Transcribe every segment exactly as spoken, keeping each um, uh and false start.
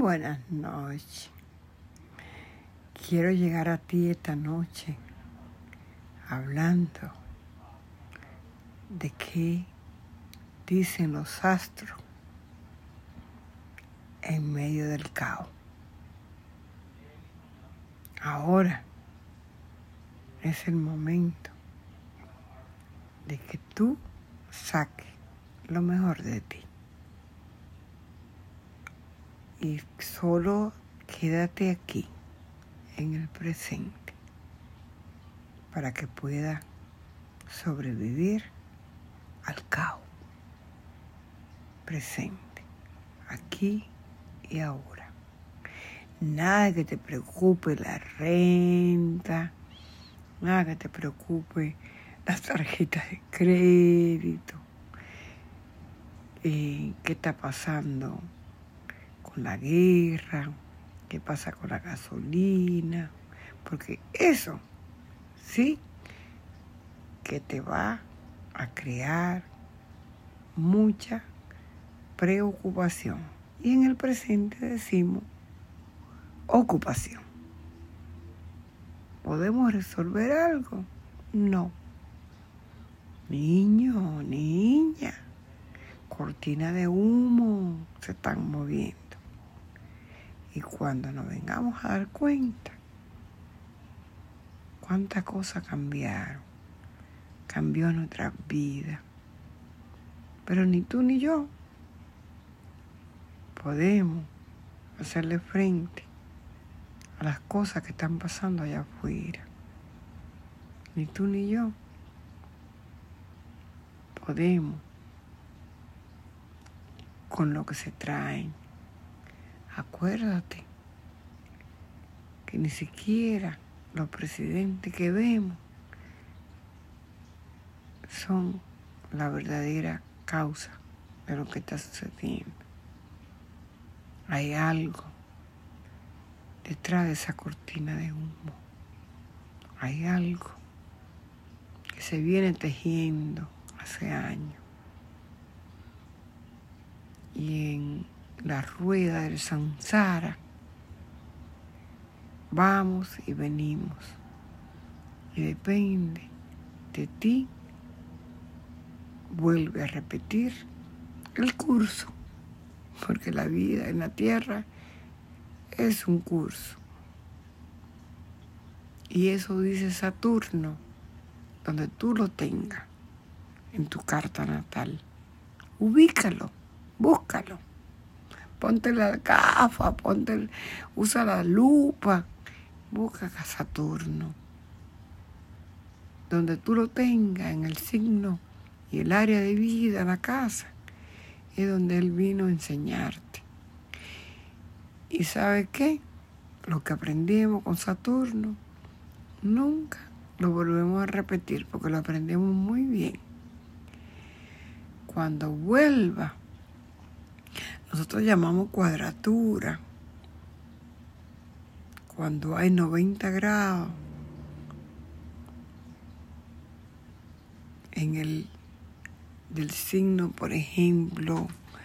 Buenas noches. Quiero llegar a ti esta noche hablando de qué dicen los astros en medio del caos. Ahora es el momento de que tú saques lo mejor de ti. Y solo quédate aquí, en el presente, para que puedas sobrevivir al caos. Presente, aquí y ahora. Nada que te preocupe la renta, nada que te preocupe las tarjetas de crédito, eh, qué está pasando con la guerra, qué pasa con la gasolina, porque eso sí que te va a crear mucha preocupación. Y en el presente decimos ocupación. ¿Podemos resolver algo? No. Niño, niña, cortina de humo se están moviendo. Y cuando nos vengamos a dar cuenta, cuántas cosas cambiaron, cambió nuestra vida. Pero ni tú ni yo podemos hacerle frente a las cosas que están pasando allá afuera. Ni tú ni yo podemos con lo que se traen. Acuérdate que ni siquiera los presidentes que vemos son la verdadera causa de lo que está sucediendo. Hay algo detrás de esa cortina de humo. Hay algo que se viene tejiendo hace años. Y en la rueda del samsara vamos y venimos. Y depende de ti, vuelve a repetir el curso. Porque la vida en la tierra es un curso. Y eso dice Saturno, donde tú lo tengas en tu carta natal. Ubícalo, búscalo. Ponte la gafa, ponte el, usa la lupa, busca a Saturno. Donde tú lo tengas en el signo y el área de vida, la casa, es donde él vino a enseñarte. ¿Y sabes qué? Lo que aprendimos con Saturno, nunca lo volvemos a repetir porque lo aprendemos muy bien. Cuando vuelva, nosotros llamamos cuadratura. Cuando hay noventa grados en el del signo, por ejemplo,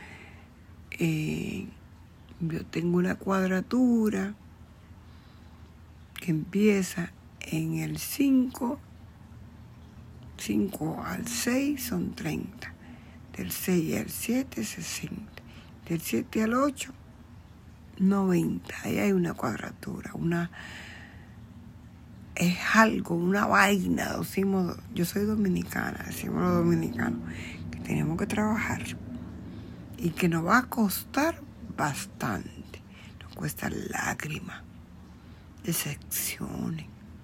eh, yo tengo una cuadratura que empieza en el cinco, cinco al seis son treinta, del seis al siete, sesenta, del siete al ocho, noventa. Ahí hay una cuadratura, una es algo, una vaina, decimos, yo soy dominicana, decimos los dominicanos, que tenemos que trabajar y que nos va a costar bastante, nos cuesta lágrimas, decepciones,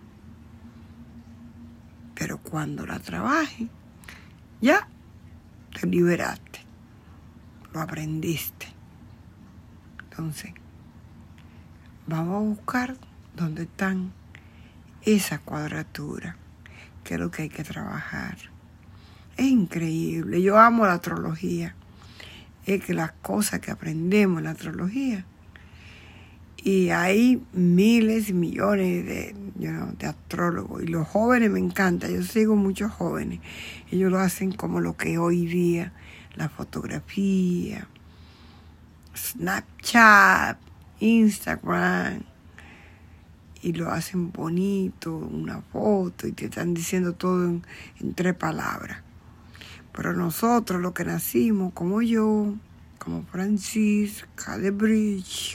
pero cuando la trabajes, ya te liberaste, lo aprendiste. Entonces, vamos a buscar dónde están esa cuadratura, que es lo que hay que trabajar. Es increíble, yo amo la astrología. Es que las cosas que aprendemos en la astrología, y hay miles y millones de, you know, de astrólogos, y los jóvenes me encanta, yo sigo muchos jóvenes, ellos lo hacen como lo que hoy día, la fotografía, Snapchat, Instagram y lo hacen bonito, una foto, y te están diciendo todo en, en tres palabras. Pero nosotros, los que nacimos, como yo, como Francisca de Bridge,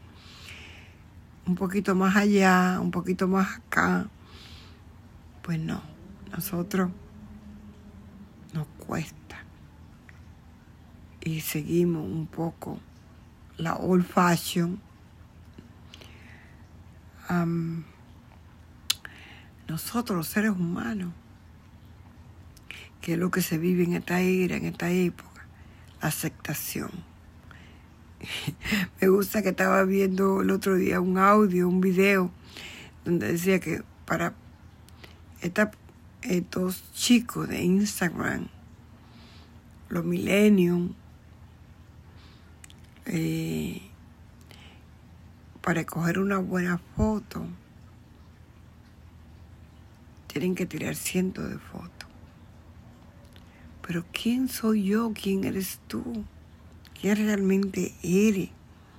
un poquito más allá, un poquito más acá, pues no, nosotros nos cuesta. Y seguimos un poco la old fashion. Um, nosotros los seres humanos, que es lo que se vive en esta era, en esta época, la aceptación. Me gusta que estaba viendo el otro día un audio, un video, donde decía que para esta, estos chicos de Instagram, los millennials, eh, para coger una buena foto, tienen que tirar cientos de fotos. Pero ¿quién soy yo? ¿Quién eres tú? ¿Quién realmente eres?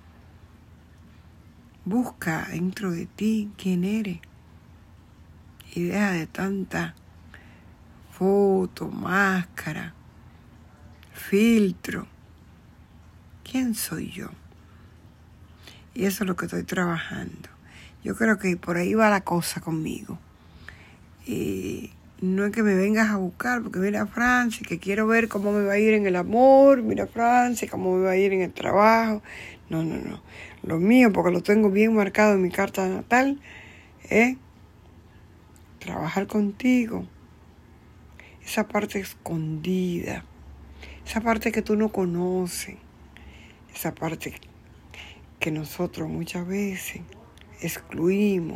Busca dentro de ti quién eres. Y deja de tanta foto, máscara, filtro. ¿Quién soy yo? Y eso es lo que estoy trabajando. Yo creo que por ahí va la cosa conmigo. Y no es que me vengas a buscar, porque mira, Francis, que quiero ver cómo me va a ir en el amor. Mira, Francis, cómo me va a ir en el trabajo. No, no, no. Lo mío, porque lo tengo bien marcado en mi carta natal, es trabajar contigo. Esa parte escondida. Esa parte que tú no conoces. Esa parte que nosotros muchas veces excluimos.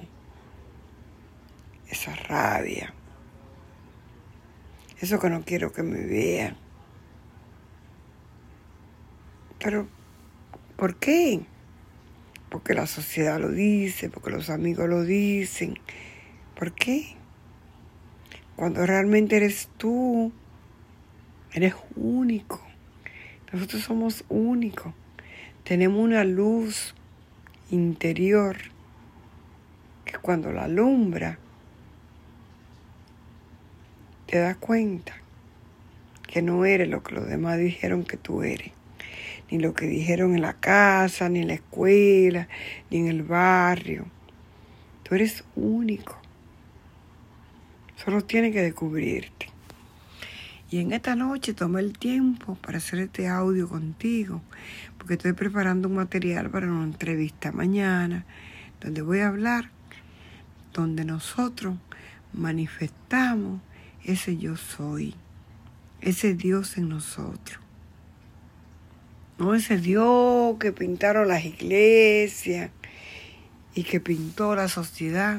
Esa rabia. Eso que no quiero que me vean. Pero, ¿por qué? Porque la sociedad lo dice, porque los amigos lo dicen. ¿Por qué? Cuando realmente eres tú, eres único. Nosotros somos únicos. Tenemos una luz interior que cuando la alumbra, te das cuenta que no eres lo que los demás dijeron que tú eres. Ni lo que dijeron en la casa, ni en la escuela, ni en el barrio. Tú eres único. Solo tienes que descubrirte. Y en esta noche tomé el tiempo para hacer este audio contigo, porque estoy preparando un material para una entrevista mañana, donde voy a hablar, donde nosotros manifestamos ese yo soy, ese Dios en nosotros. No ese Dios que pintaron las iglesias y que pintó la sociedad.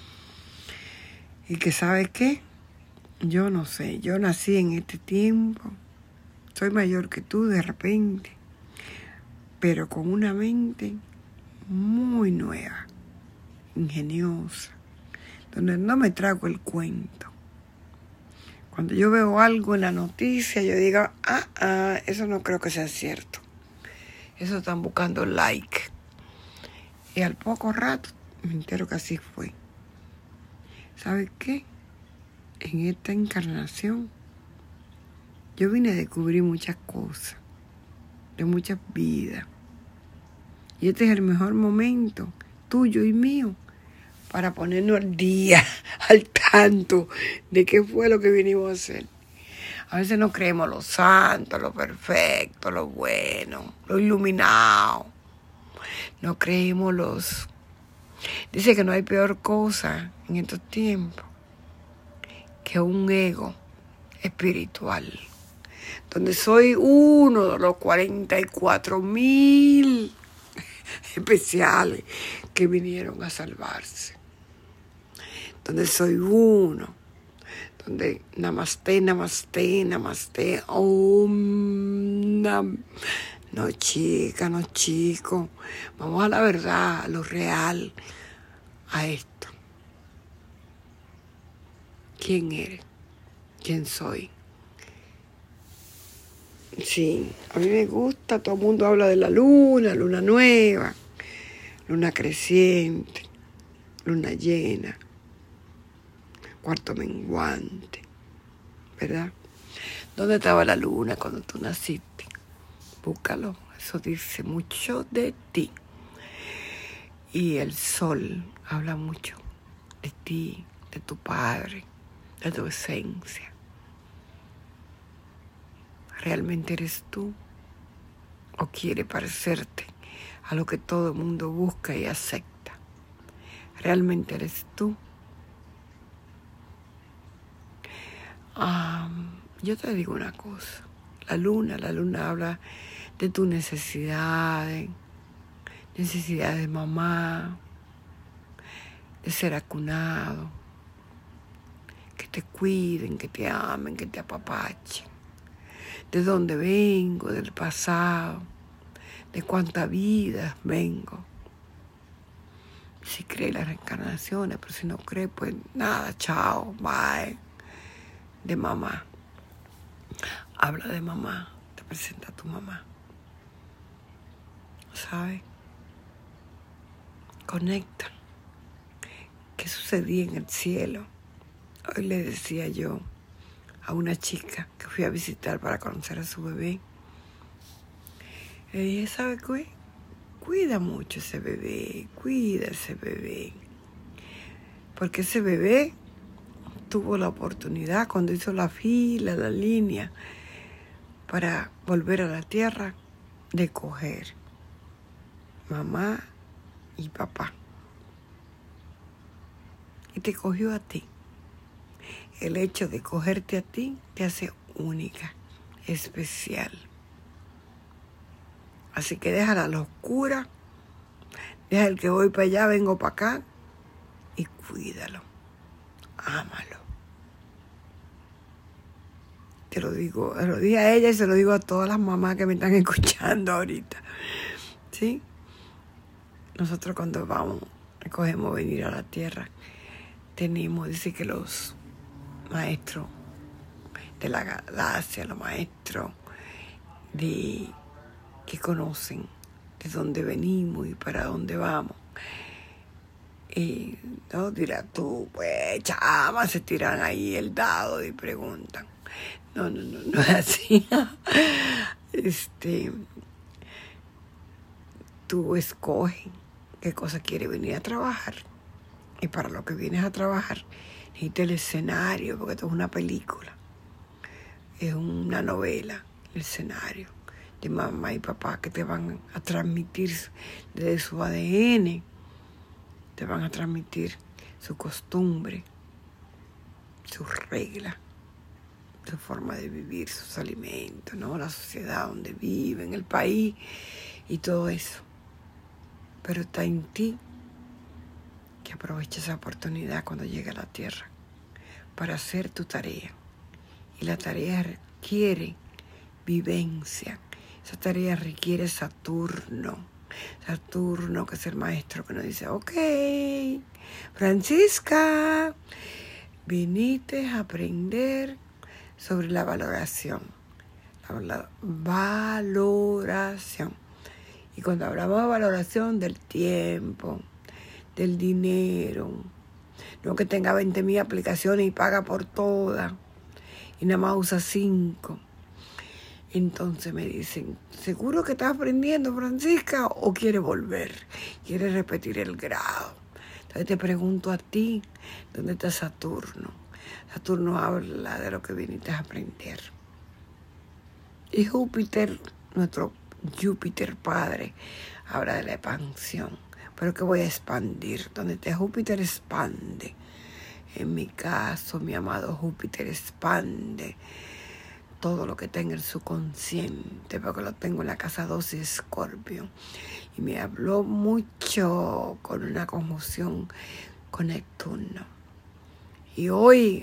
Y que, ¿sabes qué? Yo no sé, yo nací en este tiempo, soy mayor que tú de repente, pero con una mente muy nueva, ingeniosa, donde no me trago el cuento. Cuando yo veo algo en la noticia, yo digo, ah, ah, eso no creo que sea cierto. Eso están buscando like. Y al poco rato me entero que así fue. ¿Sabes qué? En esta encarnación, yo vine a descubrir muchas cosas, de muchas vidas. Y este es el mejor momento, tuyo y mío, para ponernos al día, al tanto de qué fue lo que vinimos a hacer. A veces no creemos lo santo, lo perfecto, lo bueno, lo iluminado. No creemos los... Dice que no hay peor cosa en estos tiempos que un ego espiritual, donde soy uno de los cuarenta y cuatro mil especiales que vinieron a salvarse, donde soy uno, donde namaste, namaste, namaste, om, nam. No, chica, no, chico, vamos a la verdad, a lo real, a esto. ¿Quién eres? ¿Quién soy? Sí, a mí me gusta, todo el mundo habla de la luna, luna nueva. luna creciente, luna llena, cuarto menguante, ¿verdad? ¿Dónde estaba la luna cuando tú naciste? Búscalo, eso dice mucho de ti. Y el sol habla mucho de ti, de tu padre, de tu esencia. ¿Realmente eres tú? ¿O quiere parecerte a lo que todo el mundo busca y acepta? ¿Realmente eres tú? Um, yo te digo una cosa. La luna, la luna habla de tus necesidades, necesidades de mamá, de ser acunado, que te cuiden, que te amen, que te apapachen. De dónde vengo, del pasado, de cuántas vidas vengo. Si cree las reencarnaciones, pero si no cree, pues nada, chao, bye. De mamá. Habla de mamá, te presenta a tu mamá. ¿Sabes? Conecta. ¿Qué sucedía en el cielo? Hoy le decía yo a una chica que fui a visitar para conocer a su bebé. Le dije, ¿sabe qué? Cuida mucho ese bebé, cuida ese bebé. Porque ese bebé tuvo la oportunidad cuando hizo la fila, la línea, para volver a la tierra, de coger mamá y papá. Y te cogió a ti. El hecho de cogerte a ti te hace única, especial. Así que deja la locura, deja el que voy para allá, vengo para acá y cuídalo, ámalo. Te lo digo, se lo dije a ella y se lo digo a todas las mamás que me están escuchando ahorita. ¿Sí? Nosotros cuando vamos, escogemos venir a la tierra, tenemos, dice que los maestros de la galaxia, los maestros de, que conocen de dónde venimos y para dónde vamos. Y no dirás tú, pues, chama, se tiran ahí el dado y preguntan. No, no, no, no es así. Este, tú escoges qué cosa quieres venir a trabajar. Y para lo que vienes a trabajar, necesitas el escenario, porque esto es una película. Es una novela, el escenario de mamá y papá que te van a transmitir desde su A D N. Te van a transmitir su costumbre, sus reglas, su forma de vivir, sus alimentos, ¿no? La sociedad donde viven, el país y todo eso. Pero está en ti que aproveches esa oportunidad cuando llegue a la tierra para hacer tu tarea. Y la tarea requiere vivencia. Esa tarea requiere Saturno. Saturno, que es el maestro que nos dice, ok, Francisca, viniste a aprender sobre la valoración. La valoración. Y cuando hablamos de valoración del tiempo, del dinero, no que tenga veinte mil aplicaciones y paga por todas, y nada más usa cinco. Entonces me dicen, ¿seguro que estás aprendiendo, Francisca? ¿O quieres volver? ¿Quieres repetir el grado? Entonces te pregunto a ti, ¿dónde está Saturno? Saturno habla de lo que viniste a aprender. Y Júpiter, nuestro Júpiter Padre, habla de la expansión. Pero que voy a expandir. Donde está Júpiter, expande. En mi caso, mi amado Júpiter expande todo lo que tenga en su consciente, porque lo tengo en la casa doce de Escorpio. Y me habló mucho con una conjunción con Neptuno. Y hoy,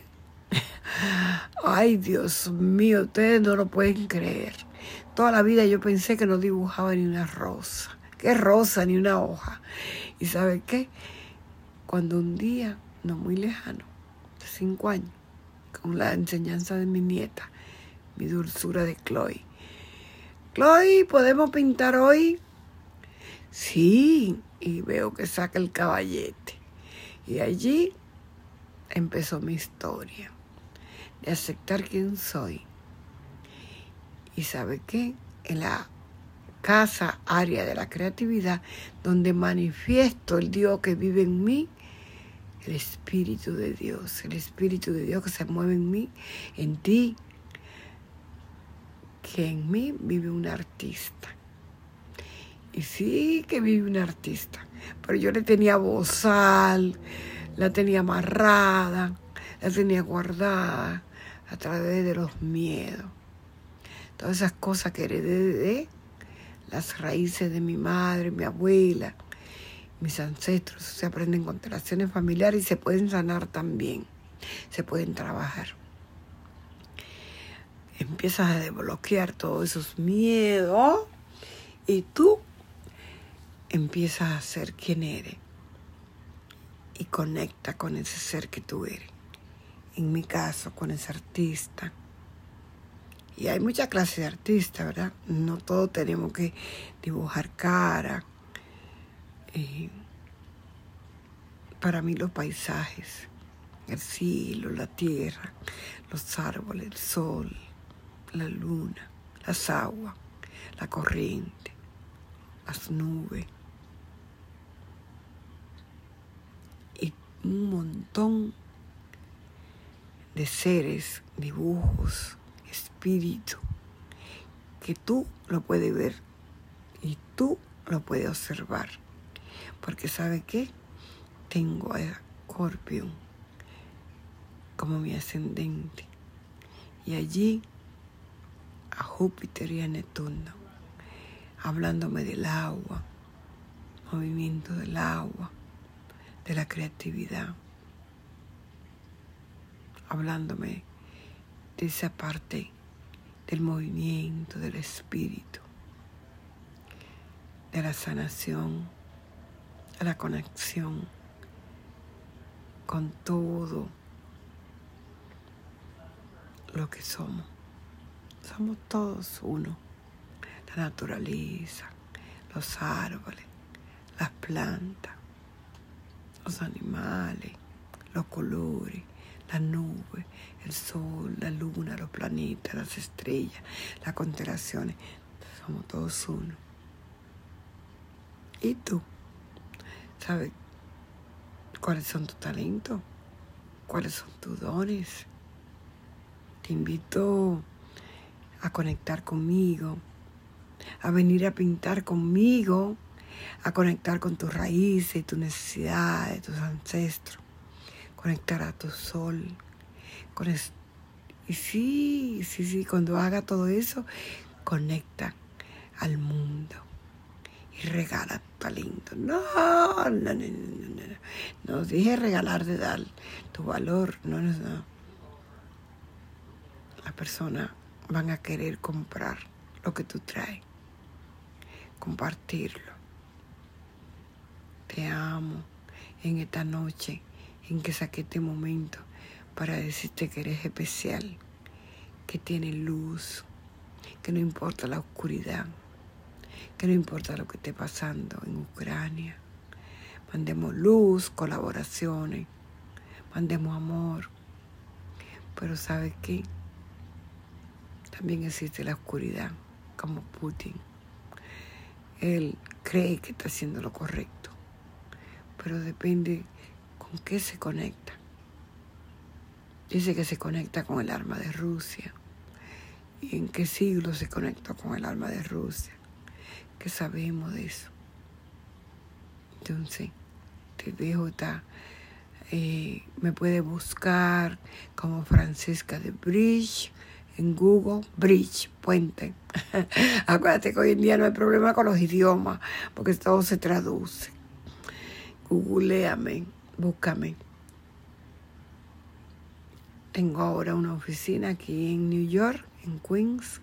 ay Dios mío, ustedes no lo pueden creer. Toda la vida yo pensé que no dibujaba ni una rosa. ¿Qué rosa? Ni una hoja. ¿Y sabe qué? Cuando un día, no muy lejano, de cinco años, con la enseñanza de mi nieta, mi dulzura de Chloe. Chloe, ¿podemos pintar hoy? Sí, y veo que saca el caballete. Y allí empezó mi historia de aceptar quién soy. Y ¿sabe qué? En la casa, área de la creatividad, donde manifiesto el Dios que vive en mí, el Espíritu de Dios, el Espíritu de Dios que se mueve en mí, en ti, que en mí vive un artista. Y sí que vive un artista, pero yo le tenía bozal, la tenía amarrada, la tenía guardada a través de los miedos. Todas esas cosas que heredé de las raíces de mi madre, mi abuela, mis ancestros. Se aprenden constelaciones familiares y se pueden sanar también, se pueden trabajar. Empiezas a desbloquear todos esos miedos y tú empiezas a ser quien eres y conecta con ese ser que tú eres. En mi caso, con ese artista. Y hay muchas clases de artistas, ¿verdad? No todos tenemos que dibujar cara. Eh, para mí los paisajes, el cielo, la tierra, los árboles, el sol, la luna, las aguas, la corriente, las nubes y un montón de seres, dibujos, espíritu, que tú lo puedes ver y tú lo puedes observar. Porque ¿sabe qué? Tengo a Escorpio como mi ascendente y allí a Júpiter y a Neptuno, hablándome del agua, movimiento del agua, de la creatividad, hablándome de esa parte del movimiento, del espíritu, de la sanación, de la conexión con todo lo que somos. Somos todos uno. La naturaleza, los árboles, las plantas, los animales, los colores, las nubes, el sol, la luna, los planetas, las estrellas, las constelaciones. Somos todos uno. ¿Y tú? ¿Sabes cuáles son tus talentos? ¿Cuáles son tus dones? Te invito a conectar conmigo, a venir a pintar conmigo, a conectar con tus raíces, tus necesidades, tus ancestros, conectar a tu sol. Con es- y sí, sí, sí, cuando haga todo eso, conecta al mundo y regala tu talento. No, no, no, no, no, no, no dije regalar de dar tu valor, no, no, no. Las personas van a querer comprar lo que tú traes, compartirlo. Te amo en esta noche en que saqué este momento para decirte que eres especial, que tienes luz, que no importa la oscuridad, que no importa lo que esté pasando en Ucrania. Mandemos luz, colaboraciones, mandemos amor. Pero ¿sabes qué? También existe la oscuridad, como Putin. Él cree que está haciendo lo correcto, pero depende con qué se conecta. Dice que se conecta con el arma de Rusia. ¿Y en qué siglo se conectó con el arma de Rusia? ¿Qué sabemos de eso? Entonces, te dejo esta... Eh, me puedes buscar como Francesca de Bridge en Google. Bridge, puente. Acuérdate que hoy en día no hay problema con los idiomas, porque todo se traduce. Googleame, búscame. Tengo ahora una oficina aquí en New York, en Queens,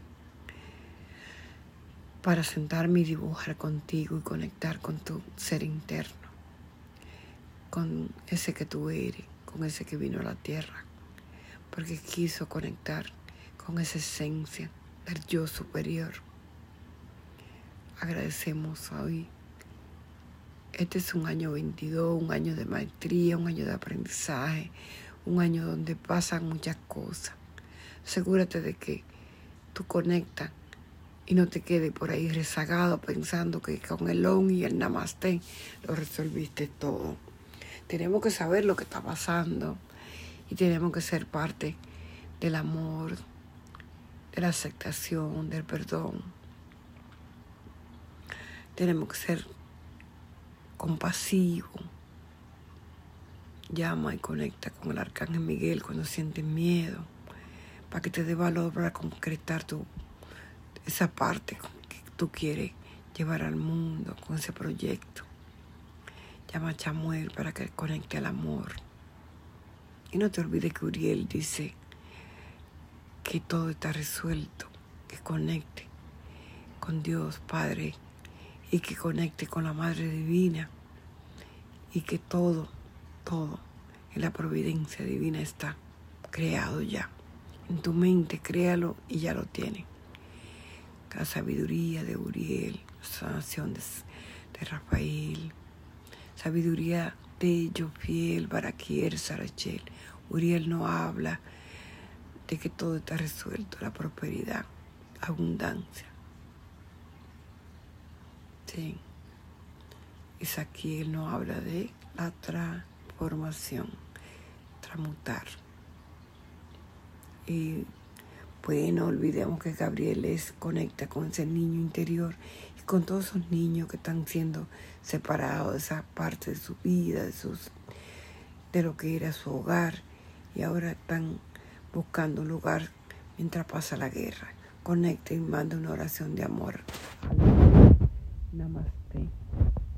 para sentarme y dibujar contigo y conectar con tu ser interno, con ese que tú eres, con ese que vino a la tierra, porque quiso conectar con esa esencia del yo superior. Agradecemos hoy Este es un año veintidós, un año de maestría, un año de aprendizaje, un año donde pasan muchas cosas. Asegúrate de que tú conectas y no te quedes por ahí rezagado pensando que con el on y el namaste lo resolviste todo. Tenemos que saber lo que está pasando y tenemos que ser parte del amor, de la aceptación, del perdón. Tenemos que ser compasivos. Llama y conecta con el Arcángel Miguel cuando sientes miedo, para que te dé valor para concretar tu, esa parte que tú quieres llevar al mundo con ese proyecto. Llama a Chamuel para que conecte al amor. Y no te olvides que Uriel dice que todo está resuelto, que conecte con Dios Padre y que conecte con la Madre Divina y que todo, todo en la providencia divina está creado ya. En tu mente, créalo y ya lo tienes. La sabiduría de Uriel, la sanación de, de Rafael, sabiduría de Jofiel, Baraquiel, Sarachel. Uriel no habla de que todo está resuelto, la prosperidad, abundancia. Sí. Ezequiel no habla de la transformación, transmutar. Y pues no olvidemos que Gabriel es, conecta con ese niño interior y con todos esos niños que están siendo separados de esa parte de su vida, de, sus, de lo que era su hogar, y ahora están buscando un lugar mientras pasa la guerra. Conecta y manda una oración de amor. Namaste.